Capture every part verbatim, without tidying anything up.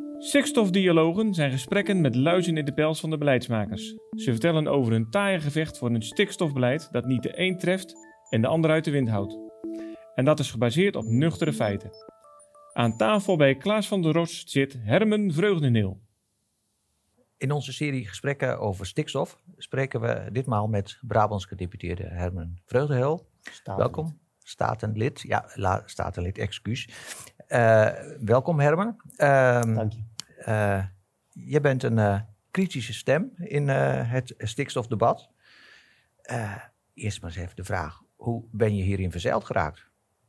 Stikstofdialogen zijn gesprekken met luizen in de pels van de beleidsmakers. Ze vertellen over hun taaie gevecht voor een stikstofbeleid dat niet de een treft en de ander uit de wind houdt. En dat is gebaseerd op nuchtere feiten. Aan tafel bij Klaas van der Ros zit Hermen Vreugdeneel. In onze serie gesprekken over stikstof spreken we ditmaal met Brabants gedeputeerde Hermen Vreugdeneel. Welkom. Statenlid. Ja, la, statenlid, excuus. Uh, welkom Hermen. Uh, Dank je. Uh, je bent een uh, kritische stem in uh, het stikstofdebat. Uh, eerst maar eens even de vraag, hoe ben je hierin verzeild geraakt?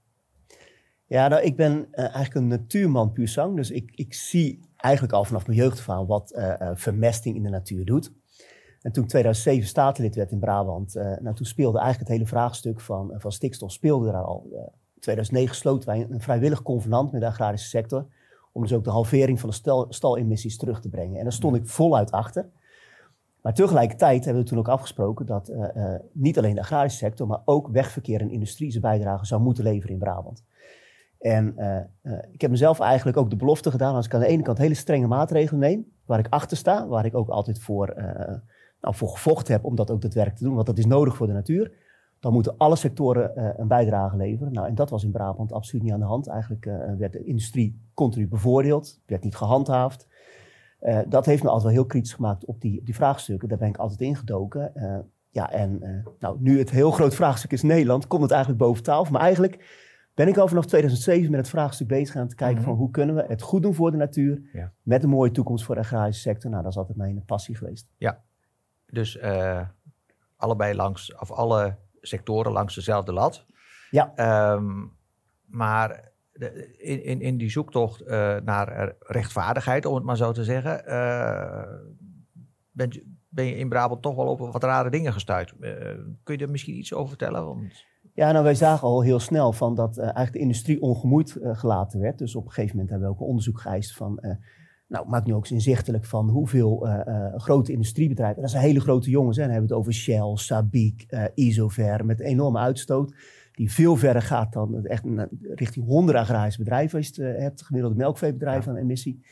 Ja, nou, ik ben uh, eigenlijk een natuurman puur zang. Dus ik, ik zie eigenlijk al vanaf mijn jeugdverhaal wat uh, uh, vermesting in de natuur doet. En toen ik tweeduizend zeven statenlid werd in Brabant, uh, nou, toen speelde eigenlijk het hele vraagstuk van, uh, van stikstof speelde daar al. Uh, in tweeduizend negen sloten wij een vrijwillig convenant met de agrarische sector, om dus ook de halvering van de stal, stalemissies terug te brengen. En daar stond ik voluit achter. Maar tegelijkertijd hebben we toen ook afgesproken dat uh, uh, niet alleen de agrarische sector, maar ook wegverkeer en industrie zijn bijdrage zou moeten leveren in Brabant. En uh, uh, ik heb mezelf eigenlijk ook de belofte gedaan, als ik aan de ene kant hele strenge maatregelen neem, waar ik achter sta, waar ik ook altijd voor, uh, nou, voor gevochten heb om dat ook daadwerkelijk te doen, want dat is nodig voor de natuur, dan moeten alle sectoren uh, een bijdrage leveren. Nou, en dat was in Brabant absoluut niet aan de hand. Eigenlijk uh, werd de industrie continu bevoordeeld, werd niet gehandhaafd. Uh, dat heeft me altijd wel heel kritisch gemaakt op die, op die vraagstukken. Daar ben ik altijd ingedoken. Uh, ja, en uh, nou, nu het heel groot vraagstuk is Nederland, komt het eigenlijk boven tafel. Maar eigenlijk ben ik al vanaf tweeduizend zeven met het vraagstuk bezig aan te kijken mm-hmm. van hoe kunnen we het goed doen voor de natuur, ja. met een mooie toekomst voor de agrarische sector. Nou, dat is altijd mijn passie geweest. Ja, dus uh, allebei langs, of alle sectoren langs dezelfde lat. Ja. Um, maar de, in, in, in die zoektocht uh, naar rechtvaardigheid, om het maar zo te zeggen, uh, ben, je, ben je in Brabant toch wel op wat rare dingen gestuurd. Uh, kun je er misschien iets over vertellen? Want Ja, nou wij zagen al heel snel van dat uh, eigenlijk de industrie ongemoeid uh, gelaten werd. Dus op een gegeven moment hebben we ook een onderzoek geëist van, uh, nou maak nu ook eens inzichtelijk van hoeveel uh, uh, grote industriebedrijven, dat zijn hele grote jongens, hè, dan hebben we het over Shell, Sabic, uh, Isover, met enorme uitstoot, die veel verder gaat dan echt uh, richting honderden agrarische bedrijven, als je het uh, hebt, gemiddelde melkveebedrijven aan emissie.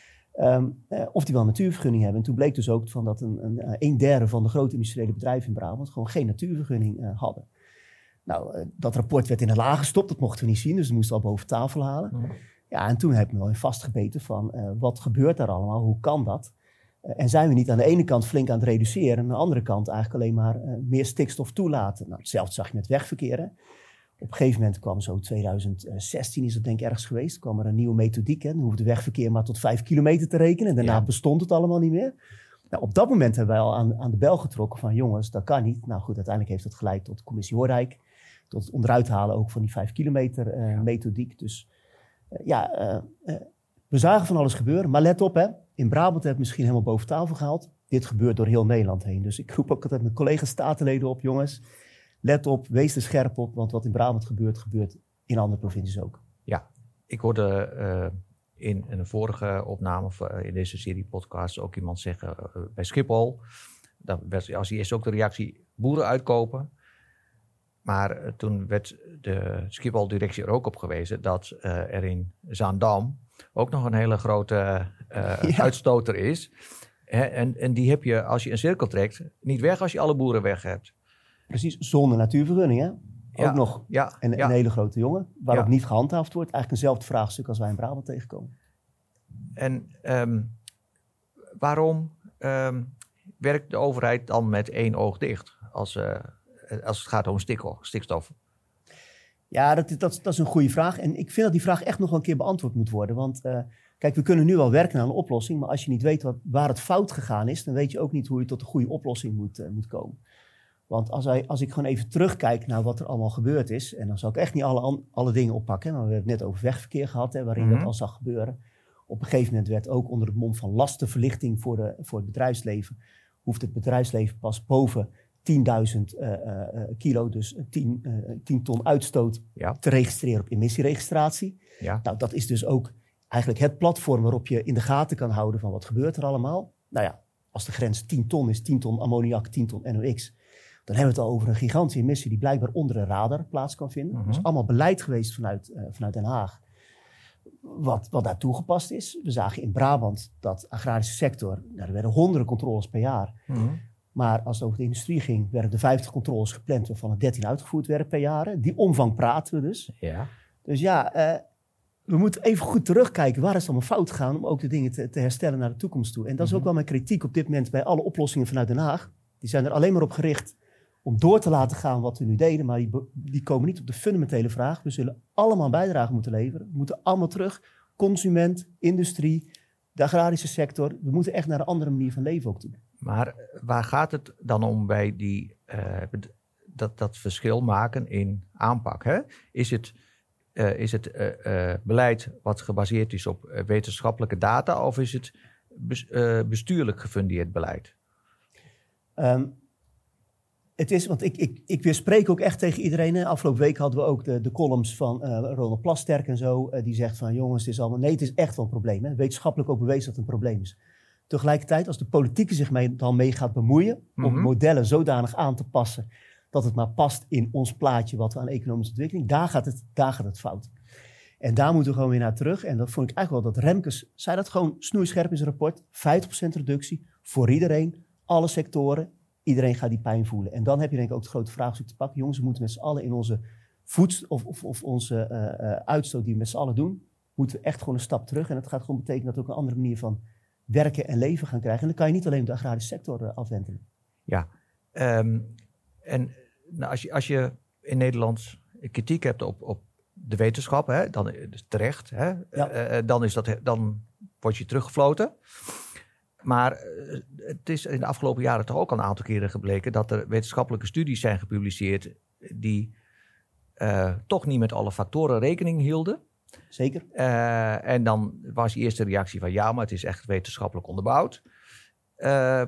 Um, uh, of die wel een natuurvergunning hebben. En toen bleek dus ook van dat een, een, uh, een derde van de grote industriële bedrijven in Brabant gewoon geen natuurvergunning uh, hadden. Nou, uh, dat rapport werd in de la gestopt, dat mochten we niet zien, dus we moesten al boven tafel halen. Mm. Ja, en toen heb ik me wel in vastgebeten van, uh, wat gebeurt daar allemaal, hoe kan dat? Uh, en zijn we niet aan de ene kant flink aan het reduceren, en aan de andere kant eigenlijk alleen maar uh, meer stikstof toelaten? Nou, hetzelfde zag je met wegverkeer. Hè? Op een gegeven moment kwam zo tweeduizend zestien, is dat denk ik ergens geweest, kwam er een nieuwe methodiek. Hè? Dan hoefde wegverkeer maar tot vijf kilometer te rekenen, en daarna ja. bestond het allemaal niet meer. Nou, op dat moment hebben wij al aan, aan de bel getrokken van jongens, dat kan niet. Nou goed, uiteindelijk heeft dat geleid tot de commissie Hoordijk, tot het onderuit halen ook van die vijf kilometer uh, ja. methodiek. Dus uh, ja, uh, uh, we zagen van alles gebeuren. Maar let op, hè, in Brabant hebben we misschien helemaal boven tafel gehaald. Dit gebeurt door heel Nederland heen. Dus ik roep ook altijd mijn collega's statenleden op, jongens. Let op, wees er scherp op, want wat in Brabant gebeurt, gebeurt in andere provincies ook. Ja, ik hoorde uh, in een vorige opname uh, in deze serie podcasts ook iemand zeggen uh, bij Schiphol, dat werd als eerst ook de reactie boeren uitkopen. Maar uh, toen werd de Schiphol-directie er ook op gewezen dat uh, er in Zaandam ook nog een hele grote uh, ja. uitstoter is. Hè, en, en die heb je, als je een cirkel trekt, niet weg als je alle boeren weg hebt. Precies, zonder natuurvergunning, hè? Ook ja, nog ja, een, ja. een hele grote jongen, waarop ja. niet gehandhaafd wordt. Eigenlijk eenzelfde vraagstuk als wij in Brabant tegenkomen. En um, waarom um, werkt de overheid dan met één oog dicht als, uh, als het gaat om stikstof? Ja, dat, dat, dat is een goede vraag. En ik vind dat die vraag echt nog wel een keer beantwoord moet worden. Want uh, kijk, we kunnen nu wel werken aan een oplossing, maar als je niet weet wat, waar het fout gegaan is, dan weet je ook niet hoe je tot een goede oplossing moet, uh, moet komen. Want als, hij, als ik gewoon even terugkijk naar wat er allemaal gebeurd is, en dan zal ik echt niet alle, alle dingen oppakken, hè, maar we hebben het net over wegverkeer gehad, hè, waarin mm-hmm. dat al zag gebeuren. Op een gegeven moment werd ook onder het mom van lastenverlichting voor, de, voor het bedrijfsleven, hoeft het bedrijfsleven pas boven tienduizend uh, uh, kilo, dus tien, uh, tien ton uitstoot, ja. te registreren op emissieregistratie. Ja. Nou, dat is dus ook eigenlijk het platform waarop je in de gaten kan houden van wat gebeurt er allemaal. Nou ja, als de grens tien ton is, tien ton ammoniak, tien ton N O x, dan hebben we het al over een gigantische emissie die blijkbaar onder de radar plaats kan vinden. Mm-hmm. Dat is allemaal beleid geweest vanuit, uh, vanuit Den Haag. wat, wat daar toegepast is. We zagen in Brabant dat de agrarische sector, nou, er werden honderden controles per jaar. Mm-hmm. Maar als het over de industrie ging, werden er vijftig controles gepland, waarvan er dertien uitgevoerd werden per jaar. Die omvang praten we dus. Ja. Dus ja, uh, we moeten even goed terugkijken. Waar is het allemaal fout gegaan om ook de dingen te, te herstellen naar de toekomst toe? En dat is Mm-hmm. ook wel mijn kritiek op dit moment bij alle oplossingen vanuit Den Haag. Die zijn er alleen maar op gericht om door te laten gaan wat we nu deden. Maar die, die komen niet op de fundamentele vraag. We zullen allemaal een bijdrage moeten leveren. We moeten allemaal terug. Consument, industrie, de agrarische sector. We moeten echt naar een andere manier van leven ook toe. Maar waar gaat het dan om bij die, uh, dat, dat verschil maken in aanpak? Hè? Is het, uh, is het uh, uh, beleid wat gebaseerd is op uh, wetenschappelijke data of is het bes, uh, bestuurlijk gefundeerd beleid? Um, het is, want ik, ik, ik weerspreek ook echt tegen iedereen. Hè. Afgelopen week hadden we ook de, de columns van uh, Ronald Plasterk en zo. Uh, die zegt van jongens, het is allemaal... Nee, het is echt wel een probleem. Hè. Wetenschappelijk ook bewezen dat het een probleem is. Tegelijkertijd, als de politiek zich mee, dan mee gaat bemoeien... Mm-hmm. om modellen zodanig aan te passen... dat het maar past in ons plaatje wat we aan economische ontwikkeling... daar gaat het, daar gaat het fout. En daar moeten we gewoon weer naar terug. En dat vond ik eigenlijk wel dat Remkes... zei dat gewoon snoeischerp in zijn rapport. vijftig procent reductie voor iedereen, alle sectoren... Iedereen gaat die pijn voelen. En dan heb je denk ik ook het grote vraagstuk te pakken. Jongens, we moeten met z'n allen in onze voeds- of, of, of onze uh, uh, uitstoot die we met z'n allen doen... moeten we echt gewoon een stap terug. En dat gaat gewoon betekenen dat we ook een andere manier van werken en leven gaan krijgen. En dan kan je niet alleen de agrarische sector uh, afwentelen. Ja, um, en nou, als, je, als je in Nederland kritiek hebt op, op de wetenschap, hè, dan is het terecht. Hè, ja. uh, dan, is dat, dan word je teruggefloten. Maar uh, het is in de afgelopen jaren toch ook al een aantal keren gebleken dat er wetenschappelijke studies zijn gepubliceerd die uh, toch niet met alle factoren rekening hielden. Zeker. Uh, en dan was die eerste reactie van ja, maar het is echt wetenschappelijk onderbouwd. Uh,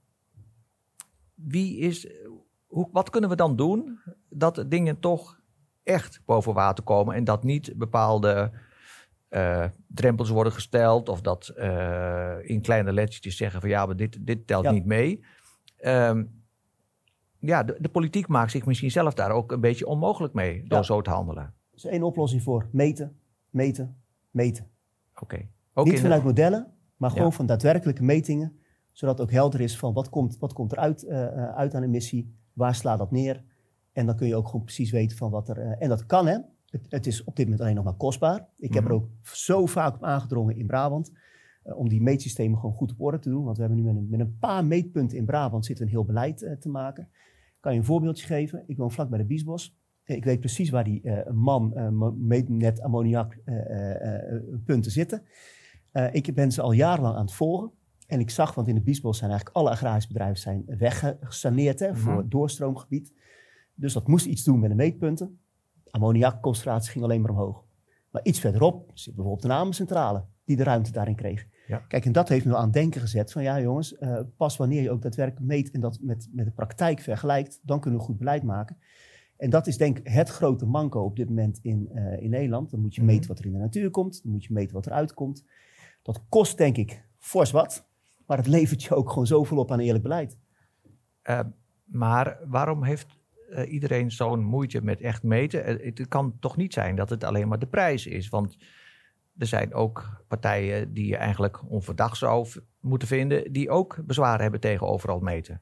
wie is, hoe, wat kunnen we dan doen dat dingen toch echt boven water komen en dat niet bepaalde uh, drempels worden gesteld of dat uh, in kleine lettertjes zeggen van ja, maar dit, dit telt ja. niet mee. Um, ja, de, de politiek maakt zich misschien zelf daar ook een beetje onmogelijk mee door ja. zo te handelen. Er is één oplossing voor. Meten, meten, meten. Oké. Okay. Niet vanuit de... modellen, maar gewoon ja. van daadwerkelijke metingen. Zodat ook helder is van wat komt, wat komt er uit, uh, uit aan emissie. Waar slaat dat neer? En dan kun je ook gewoon precies weten van wat er... Uh, en dat kan, hè. Het, het is op dit moment alleen nog maar kostbaar. Ik mm-hmm. heb er ook zo vaak op aangedrongen in Brabant. Uh, om die meetsystemen gewoon goed op orde te doen. Want we hebben nu met een, met een paar meetpunten in Brabant zitten een heel beleid uh, te maken. Kan je een voorbeeldje geven? Ik woon vlak bij de Biesbos. Ik weet precies waar die uh, man uh, meetnet ammoniak uh, uh, uh, punten zitten. Uh, ik ben ze al jarenlang aan het volgen. En ik zag, want in de Biesbos zijn eigenlijk alle agrarische bedrijven zijn weggesaneerd hè, mm-hmm. voor doorstroomgebied. Dus dat moest iets doen met de meetpunten. Ammoniakconcentratie ging alleen maar omhoog. Maar iets verderop zit bijvoorbeeld een Amecentrale die de ruimte daarin kreeg. Ja. Kijk, en dat heeft me wel aan het denken gezet van ja jongens, uh, pas wanneer je ook daadwerkelijk meet en dat met, met de praktijk vergelijkt, dan kunnen we goed beleid maken. En dat is denk ik het grote manco op dit moment in, uh, in Nederland. Dan moet je meten wat er in de natuur komt, dan moet je meten wat er uitkomt. Dat kost denk ik fors wat, maar het levert je ook gewoon zoveel op aan eerlijk beleid. Uh, maar waarom heeft uh, iedereen zo'n moeite met echt meten? Uh, het kan toch niet zijn dat het alleen maar de prijs is, want er zijn ook partijen die je eigenlijk onverdacht zou v- moeten vinden, die ook bezwaar hebben tegen overal meten.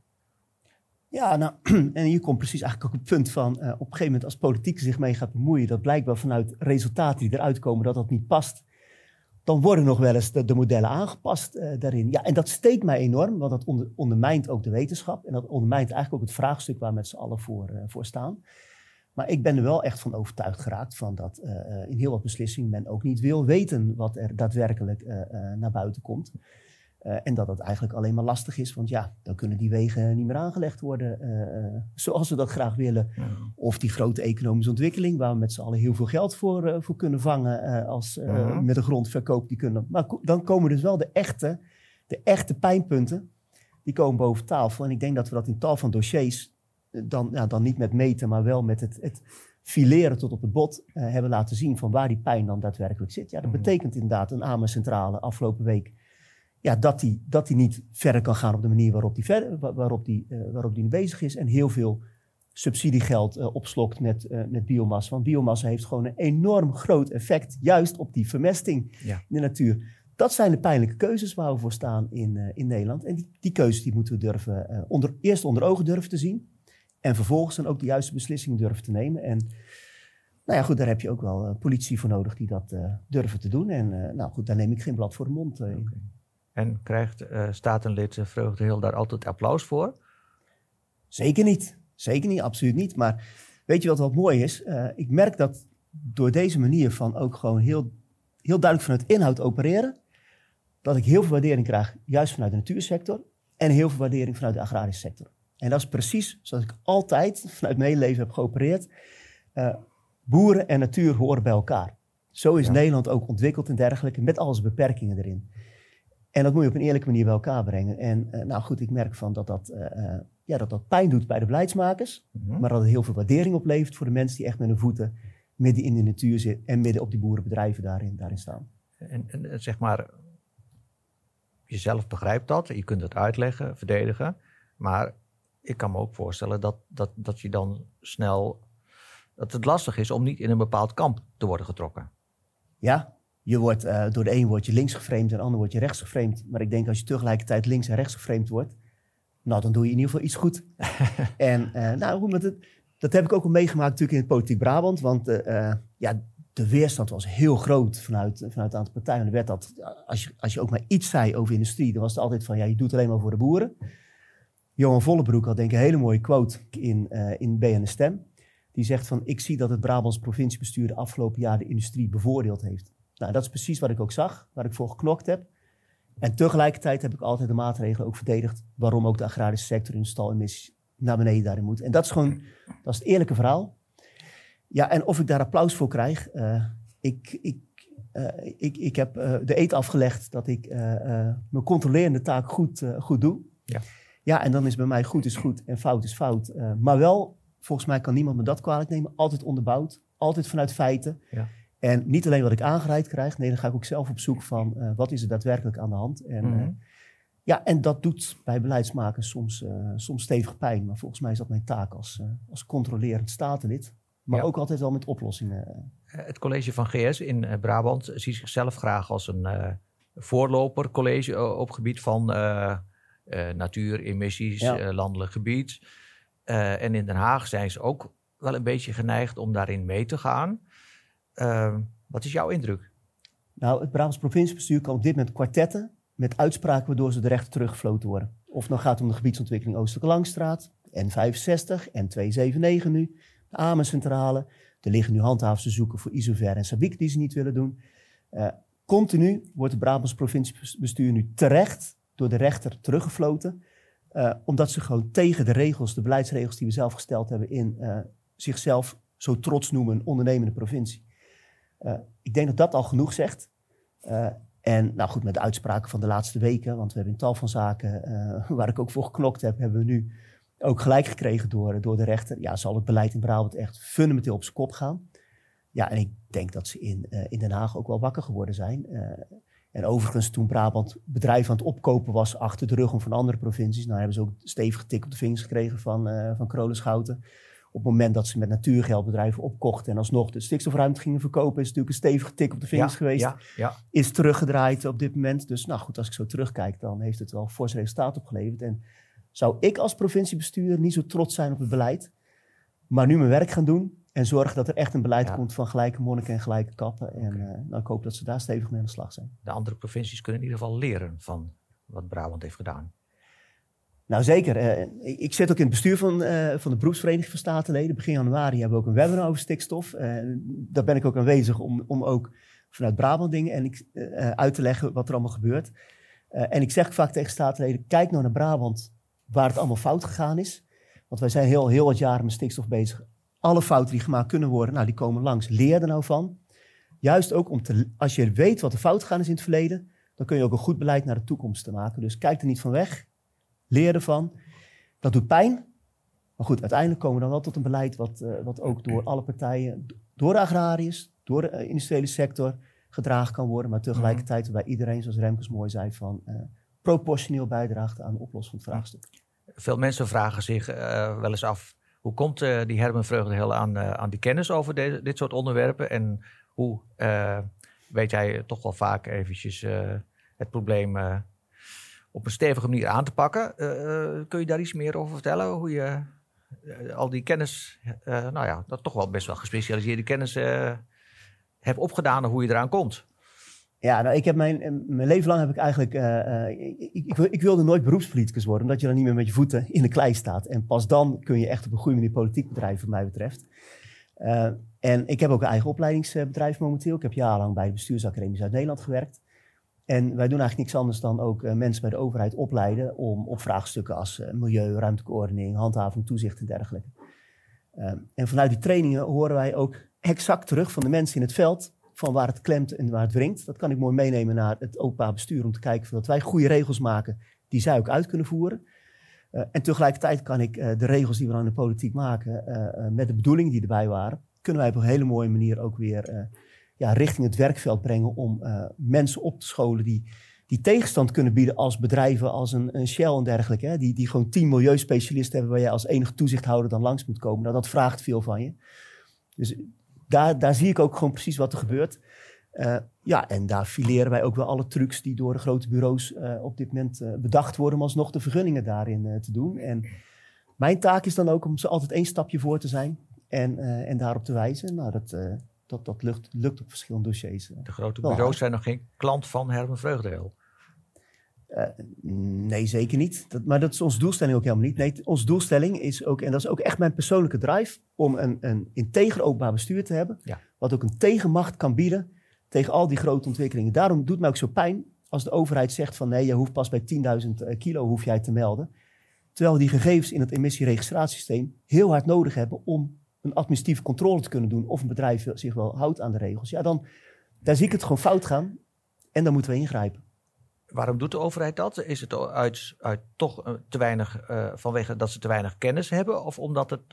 Ja, nou, en hier komt precies eigenlijk ook het punt van uh, op een gegeven moment als politiek zich mee gaat bemoeien, dat blijkbaar vanuit resultaten die eruit komen dat dat niet past, dan worden nog wel eens de, de modellen aangepast uh, daarin. Ja, en dat steekt mij enorm, want dat onder, ondermijnt ook de wetenschap en dat ondermijnt eigenlijk ook het vraagstuk waar we met z'n allen voor, uh, voor staan. Maar ik ben er wel echt van overtuigd geraakt van dat uh, in heel wat beslissingen men ook niet wil weten wat er daadwerkelijk uh, uh, naar buiten komt. Uh, en dat dat eigenlijk alleen maar lastig is, want ja, dan kunnen die wegen niet meer aangelegd worden uh, zoals we dat graag willen. Ja. Of die grote economische ontwikkeling, waar we met z'n allen heel veel geld voor, uh, voor kunnen vangen uh, als uh, uh-huh. met een grondverkoop. Die kunnen. Maar ko- dan komen dus wel de echte, de echte pijnpunten, die komen boven tafel. En ik denk dat we dat in tal van dossiers, uh, dan, ja, dan niet met meten, maar wel met het, het fileren tot op het bot, uh, hebben laten zien van waar die pijn dan daadwerkelijk zit. Ja, dat uh-huh. betekent inderdaad een Amecentrale afgelopen week, ja, dat die, dat die niet verder kan gaan op de manier waarop die, verder, waarop die, uh, waarop die nu bezig is. En heel veel subsidiegeld uh, opslokt met, uh, met biomassa. Want biomassa heeft gewoon een enorm groot effect juist op die vermesting ja. in de natuur. Dat zijn de pijnlijke keuzes waar we voor staan in, uh, in Nederland. En die, die keuzes die moeten we durven, uh, onder, eerst onder ogen durven te zien. En vervolgens dan ook de juiste beslissingen durven te nemen. En nou ja, goed, daar heb je ook wel uh, politie voor nodig die dat uh, durven te doen. En uh, nou goed, daar neem ik geen blad voor de mond uh, in. Okay. En krijgt uh, statenlid uh, Vreugdehil daar altijd applaus voor? Zeker niet. Zeker niet, absoluut niet. Maar weet je wat wat mooi is? Uh, ik merk dat door deze manier van ook gewoon heel, heel duidelijk vanuit inhoud opereren, dat ik heel veel waardering krijg, juist vanuit de natuursector en heel veel waardering vanuit de agrarische sector. En dat is precies zoals ik altijd vanuit mijn hele leven heb geopereerd. Uh, boeren en natuur horen bij elkaar. Zo is ja. Nederland ook ontwikkeld en dergelijke, met al zijn beperkingen erin. En dat moet je op een eerlijke manier bij elkaar brengen. En uh, nou goed, ik merk van dat dat, uh, ja, dat dat pijn doet bij de beleidsmakers, mm-hmm. maar dat het heel veel waardering oplevert voor de mensen die echt met hun voeten midden in de natuur zitten en midden op die boerenbedrijven daarin, daarin staan. En, en zeg maar, jezelf begrijpt dat, je kunt het uitleggen, verdedigen, maar ik kan me ook voorstellen dat, dat, dat je dan snel, dat het lastig is om niet in een bepaald kamp te worden getrokken. Ja, je wordt, uh, door de een word je links geframed en de ander word je rechts geframed. Maar ik denk als je tegelijkertijd links en rechts geframed wordt, nou dan doe je in ieder geval iets goed. en uh, nou, dat, dat heb ik ook al meegemaakt natuurlijk in het politiek Brabant, want uh, uh, ja, de weerstand was heel groot vanuit, vanuit een aantal partijen. En er werd dat, als je, als je ook maar iets zei over industrie, dan was het altijd van, ja, je doet het alleen maar voor de boeren. Johan Vollebroek had denk ik een hele mooie quote in, uh, in B N S Stem. Die zegt van, ik zie dat het Brabants provinciebestuur de afgelopen jaar de industrie bevoordeeld heeft. Nou, dat is precies wat ik ook zag, waar ik voor geknokt heb. En tegelijkertijd heb ik altijd de maatregelen ook verdedigd, waarom ook de agrarische sector in de stalemissies naar beneden daarin moet. En dat is gewoon, dat is het eerlijke verhaal. Ja, en of ik daar applaus voor krijg, uh, ik, ik, uh, ik, ik heb uh, de eed afgelegd dat ik uh, uh, mijn controlerende taak goed, uh, goed doe. Ja. Ja, en dan is bij mij goed is goed en fout is fout. Uh, maar wel, volgens mij kan niemand me dat kwalijk nemen. Altijd onderbouwd, altijd vanuit feiten. Ja. En niet alleen wat ik aangereikt krijg. Nee, dan ga ik ook zelf op zoek van uh, wat is er daadwerkelijk aan de hand. En, mm-hmm. uh, ja, en dat doet bij beleidsmakers soms, uh, soms stevig pijn. Maar volgens mij is dat mijn taak als, uh, als controlerend statenlid. Maar ja. ook altijd wel met oplossingen. Het college van G S in uh, Brabant ziet zichzelf graag als een uh, voorlopercollege uh, op gebied van uh, uh, natuur, emissies, ja. uh, landelijk gebied. Uh, en in Den Haag zijn ze ook wel een beetje geneigd om daarin mee te gaan. Uh, wat is jouw indruk? Nou, het Brabants provinciebestuur kan op dit moment kwartetten met uitspraken waardoor ze de rechter teruggefloten worden. Of het nou gaat om de gebiedsontwikkeling Oostelijke Langstraat, N vijfenzestig, N tweehonderdzevenennegentig nu, de Amencentrale. Er liggen nu handhaafverzoeken voor Isover en Sabiek die ze niet willen doen. Uh, continu wordt het Brabants provinciebestuur nu terecht door de rechter teruggefloten. Uh, omdat ze gewoon tegen de regels, de beleidsregels die we zelf gesteld hebben in uh, zichzelf zo trots noemen een ondernemende provincie. Uh, ik denk dat dat al genoeg zegt. Uh, en nou goed, met de uitspraken van de laatste weken, want we hebben in tal van zaken uh, waar ik ook voor geknokt heb, hebben we nu ook gelijk gekregen door, door de rechter. Ja, zal het beleid in Brabant echt fundamenteel op zijn kop gaan. Ja, en ik denk dat ze in, uh, in Den Haag ook wel wakker geworden zijn. Uh, en overigens, toen Brabant bedrijven aan het opkopen was achter de rug om van andere provincies, nou hebben ze ook stevige tik op de vingers gekregen van, uh, van Krolen Schouten. Op het moment dat ze met natuurgeld bedrijven opkochten en alsnog de stikstofruimte gingen verkopen, is natuurlijk een stevige tik op de vingers ja, geweest. Ja, ja. Is teruggedraaid op dit moment. Dus nou goed, als ik zo terugkijk, dan heeft het wel fors resultaat opgeleverd. En zou ik als provinciebestuurder niet zo trots zijn op het beleid, maar nu mijn werk gaan doen en zorgen dat er echt een beleid ja. komt van gelijke monniken en gelijke kappen. En okay. uh, nou, ik hoop dat ze daar stevig mee aan de slag zijn. De andere provincies kunnen in ieder geval leren van wat Brabant heeft gedaan. Nou zeker. Uh, ik zit ook in het bestuur van, uh, van de beroepsvereniging van statenleden. Begin januari hebben we ook een webinar over stikstof. Uh, daar ben ik ook aanwezig om, om ook vanuit Brabant dingen en ik, uh, uit te leggen wat er allemaal gebeurt. Uh, en ik zeg vaak tegen statenleden, kijk nou naar Brabant waar het allemaal fout gegaan is. Want wij zijn heel, heel wat jaren met stikstof bezig. Alle fouten die gemaakt kunnen worden, nou, die komen langs. Leer er nou van. Juist ook om te, als je weet wat er fout gegaan is in het verleden, dan kun je ook een goed beleid naar de toekomst te maken. Dus kijk er niet van weg. Leer ervan. Dat doet pijn. Maar goed, uiteindelijk komen we dan wel tot een beleid wat, uh, wat ook door alle partijen, door de agrariërs, door de uh, industriële sector gedragen kan worden. Maar tegelijkertijd waarbij iedereen, zoals Remkes mooi zei, van uh, proportioneel bijdraagt aan de oplossing van het vraagstuk. Veel mensen vragen zich uh, wel eens af Hoe komt uh, die Herman Vreugdenhil aan, uh, aan die kennis over de, dit soort onderwerpen? En hoe uh, weet jij toch wel vaak eventjes uh, het probleem uh, op een stevige manier aan te pakken? Uh, kun je daar iets meer over vertellen? Hoe je uh, al die kennis, uh, nou ja, dat toch wel best wel gespecialiseerde kennis uh, hebt opgedaan en hoe je eraan komt? Ja, nou, ik heb mijn, mijn leven lang heb ik eigenlijk... Uh, uh, ik, ik, ik wilde nooit beroepspoliticus worden, omdat je dan niet meer met je voeten in de klei staat. En pas dan kun je echt op een goede manier politiek bedrijven, wat mij betreft. Uh, en ik heb ook een eigen opleidingsbedrijf momenteel. Ik heb jarenlang bij de Bestuursacademie Zuid-Nederland gewerkt. En wij doen eigenlijk niks anders dan ook uh, mensen bij de overheid opleiden om op vraagstukken als uh, milieu, ruimtelijke ordening, handhaving, toezicht en dergelijke. Uh, en vanuit die trainingen horen wij ook exact terug van de mensen in het veld van waar het klemt en waar het wringt. Dat kan ik mooi meenemen naar het openbaar bestuur om te kijken dat wij goede regels maken die zij ook uit kunnen voeren. Uh, en tegelijkertijd kan ik uh, de regels die we dan in de politiek maken, uh, uh, met de bedoelingen die erbij waren, kunnen wij op een hele mooie manier ook weer uh, ja, richting het werkveld brengen om uh, mensen op te scholen die, die tegenstand kunnen bieden als bedrijven, als een, een Shell en dergelijke. Hè, die, die gewoon tien milieuspecialisten hebben waar jij als enige toezichthouder dan langs moet komen. Nou, dat vraagt veel van je. Dus Daar, daar zie ik ook gewoon precies wat er gebeurt. Uh, ja, en daar fileren wij ook wel alle trucs die door de grote bureaus uh, op dit moment uh, bedacht worden om alsnog de vergunningen daarin uh, te doen. En mijn taak is dan ook om ze altijd één stapje voor te zijn en, uh, en daarop te wijzen. Nou, dat, uh, dat, dat lukt, lukt op verschillende dossiers. Uh, de grote bureaus hard. Zijn nog geen klant van Herman Vreugdenhil? Uh, nee, zeker niet. Dat, maar dat is onze doelstelling ook helemaal niet. Nee, onze doelstelling is ook, en dat is ook echt mijn persoonlijke drive, om een, een integer openbaar bestuur te hebben, ja. wat ook een tegenmacht kan bieden tegen al die grote ontwikkelingen. Daarom doet het mij ook zo pijn als de overheid zegt van nee, je hoeft pas bij tienduizend kilo hoef jij te melden. Terwijl we die gegevens in het emissieregistratiesysteem heel hard nodig hebben om een administratieve controle te kunnen doen of een bedrijf zich wel houdt aan de regels. Ja, dan daar zie ik het gewoon fout gaan en dan moeten we ingrijpen. Waarom doet de overheid dat? Is het uit, uit toch te weinig, uh, vanwege dat ze te weinig kennis hebben? Of omdat het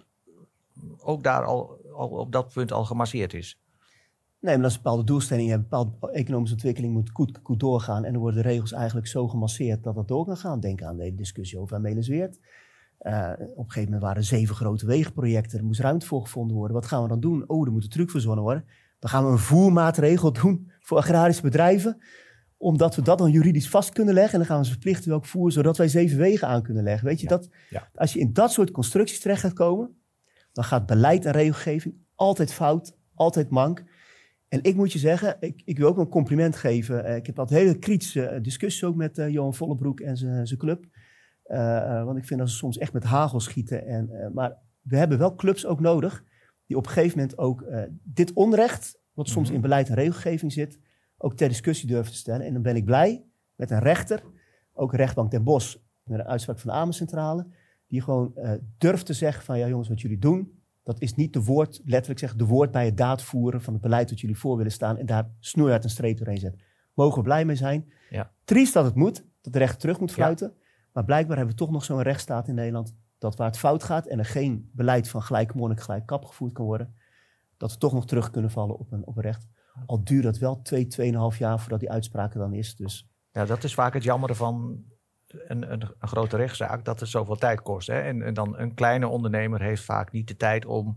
ook daar al, al op dat punt al gemasseerd is? Nee, maar dat is een bepaalde doelstelling. Een bepaalde economische ontwikkeling moet goed, goed doorgaan. En dan worden de regels eigenlijk zo gemasseerd dat dat door kan gaan. Denk aan de discussie over Amelisweert. Uh, op een gegeven moment waren er zeven grote wegenprojecten. Er moest ruimte voor gevonden worden. Wat gaan we dan doen? Oh, er moet een truc verzonnen worden. Dan gaan we een voermaatregel doen voor agrarische bedrijven, omdat we dat dan juridisch vast kunnen leggen. En dan gaan we ze verplichten welk voer, zodat wij zeven wegen aan kunnen leggen. Weet je, ja, dat, ja. Als je in dat soort constructies terecht gaat komen, dan gaat beleid en regelgeving altijd fout, altijd mank. En ik moet je zeggen, ik, ik wil ook een compliment geven. Ik heb altijd hele kritische discussies ook met uh, Johan Vollebroek en zijn club. Uh, uh, want ik vind dat ze soms echt met hagel schieten. En, uh, maar we hebben wel clubs ook nodig die op een gegeven moment ook uh, dit onrecht, wat soms mm-hmm. in beleid en regelgeving zit, ook ter discussie durven te stellen. En dan ben ik blij met een rechter, ook rechtbank Den Bosch, met een uitspraak van de Amerscentrale, die gewoon uh, durft te zeggen van ja jongens, wat jullie doen, dat is niet de woord, letterlijk zeg, de woord bij het daad voeren van het beleid dat jullie voor willen staan en daar snoeihard een streep doorheen zetten. Mogen we blij mee zijn. Ja. Triest dat het moet, dat de rechter terug moet fluiten. Ja. Maar blijkbaar hebben we toch nog zo'n rechtsstaat in Nederland, dat waar het fout gaat en er geen beleid van gelijk monnik, gelijk kap gevoerd kan worden, dat we toch nog terug kunnen vallen op een, op een recht. Al duurt dat wel twee, tweeënhalf jaar voordat die uitspraak er dan is. Dus. Ja, dat is vaak het jammere van een, een, een grote rechtszaak, dat het zoveel tijd kost. Hè? En, en dan een kleine ondernemer heeft vaak niet de tijd om,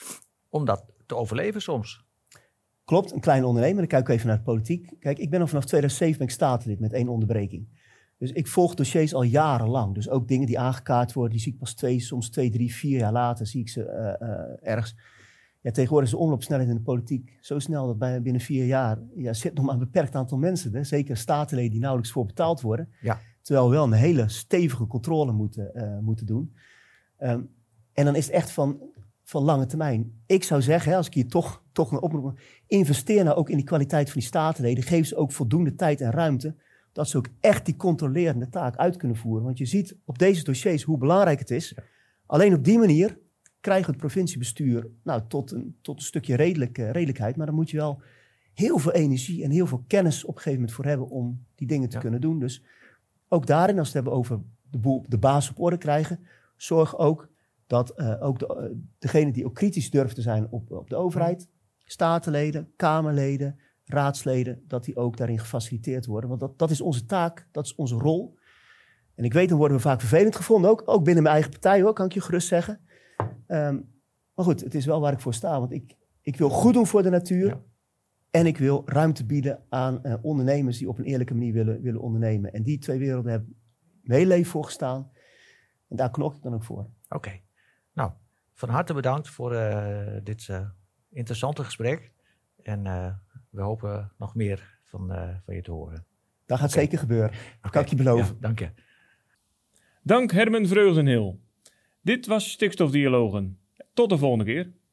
om dat te overleven soms. Klopt, een kleine ondernemer. Dan kijk ik even naar de politiek. Kijk, ik ben al vanaf tweeduizend zeven ben ik statenlid met één onderbreking. Dus ik volg dossiers al jarenlang. Dus ook dingen die aangekaart worden, die zie ik pas twee, soms twee, drie, vier jaar later zie ik ze uh, uh, ergens. Ja, tegenwoordig is de omloopsnelheid in de politiek zo snel dat bij, binnen vier jaar ja, zit nog maar een beperkt aantal mensen. Hè? Zeker statenleden die nauwelijks voor betaald worden. Ja. Terwijl we wel een hele stevige controle moeten, uh, moeten doen. Um, en dan is het echt van, van lange termijn. Ik zou zeggen, hè, als ik hier toch, toch een oproep, investeer nou ook in die kwaliteit van die statenleden. Geef ze ook voldoende tijd en ruimte, dat ze ook echt die controlerende taak uit kunnen voeren. Want je ziet op deze dossiers hoe belangrijk het is. Ja. Alleen op die manier krijgen we het provinciebestuur nou, tot, een, tot een stukje redelijk, uh, redelijkheid. Maar dan moet je wel heel veel energie en heel veel kennis op een gegeven moment voor hebben om die dingen te ja. kunnen doen. Dus ook daarin, als we het hebben over de, boel, de basis op orde krijgen, zorg ook dat uh, ook de, uh, degene die ook kritisch durven te zijn op, op de overheid, statenleden, kamerleden, raadsleden, dat die ook daarin gefaciliteerd worden. Want dat, dat is onze taak, dat is onze rol. En ik weet, dan worden we vaak vervelend gevonden, ook, ook binnen mijn eigen partij, hoor, kan ik je gerust zeggen. Um, maar goed, het is wel waar ik voor sta. Want ik, ik wil goed doen voor de natuur. Ja. En ik wil ruimte bieden aan uh, ondernemers die op een eerlijke manier willen, willen ondernemen. En die twee werelden hebben mijn hele leven voor gestaan. En daar knok ik dan ook voor. Oké. Okay. Nou, van harte bedankt voor uh, dit uh, interessante gesprek. En uh, we hopen nog meer van, uh, van je te horen. Dat gaat okay. zeker gebeuren. Dat okay. kan ik je beloven. Ja, dank je. Dank Herman Vreugdenhil. Dit was Stikstofdialogen. Tot de volgende keer.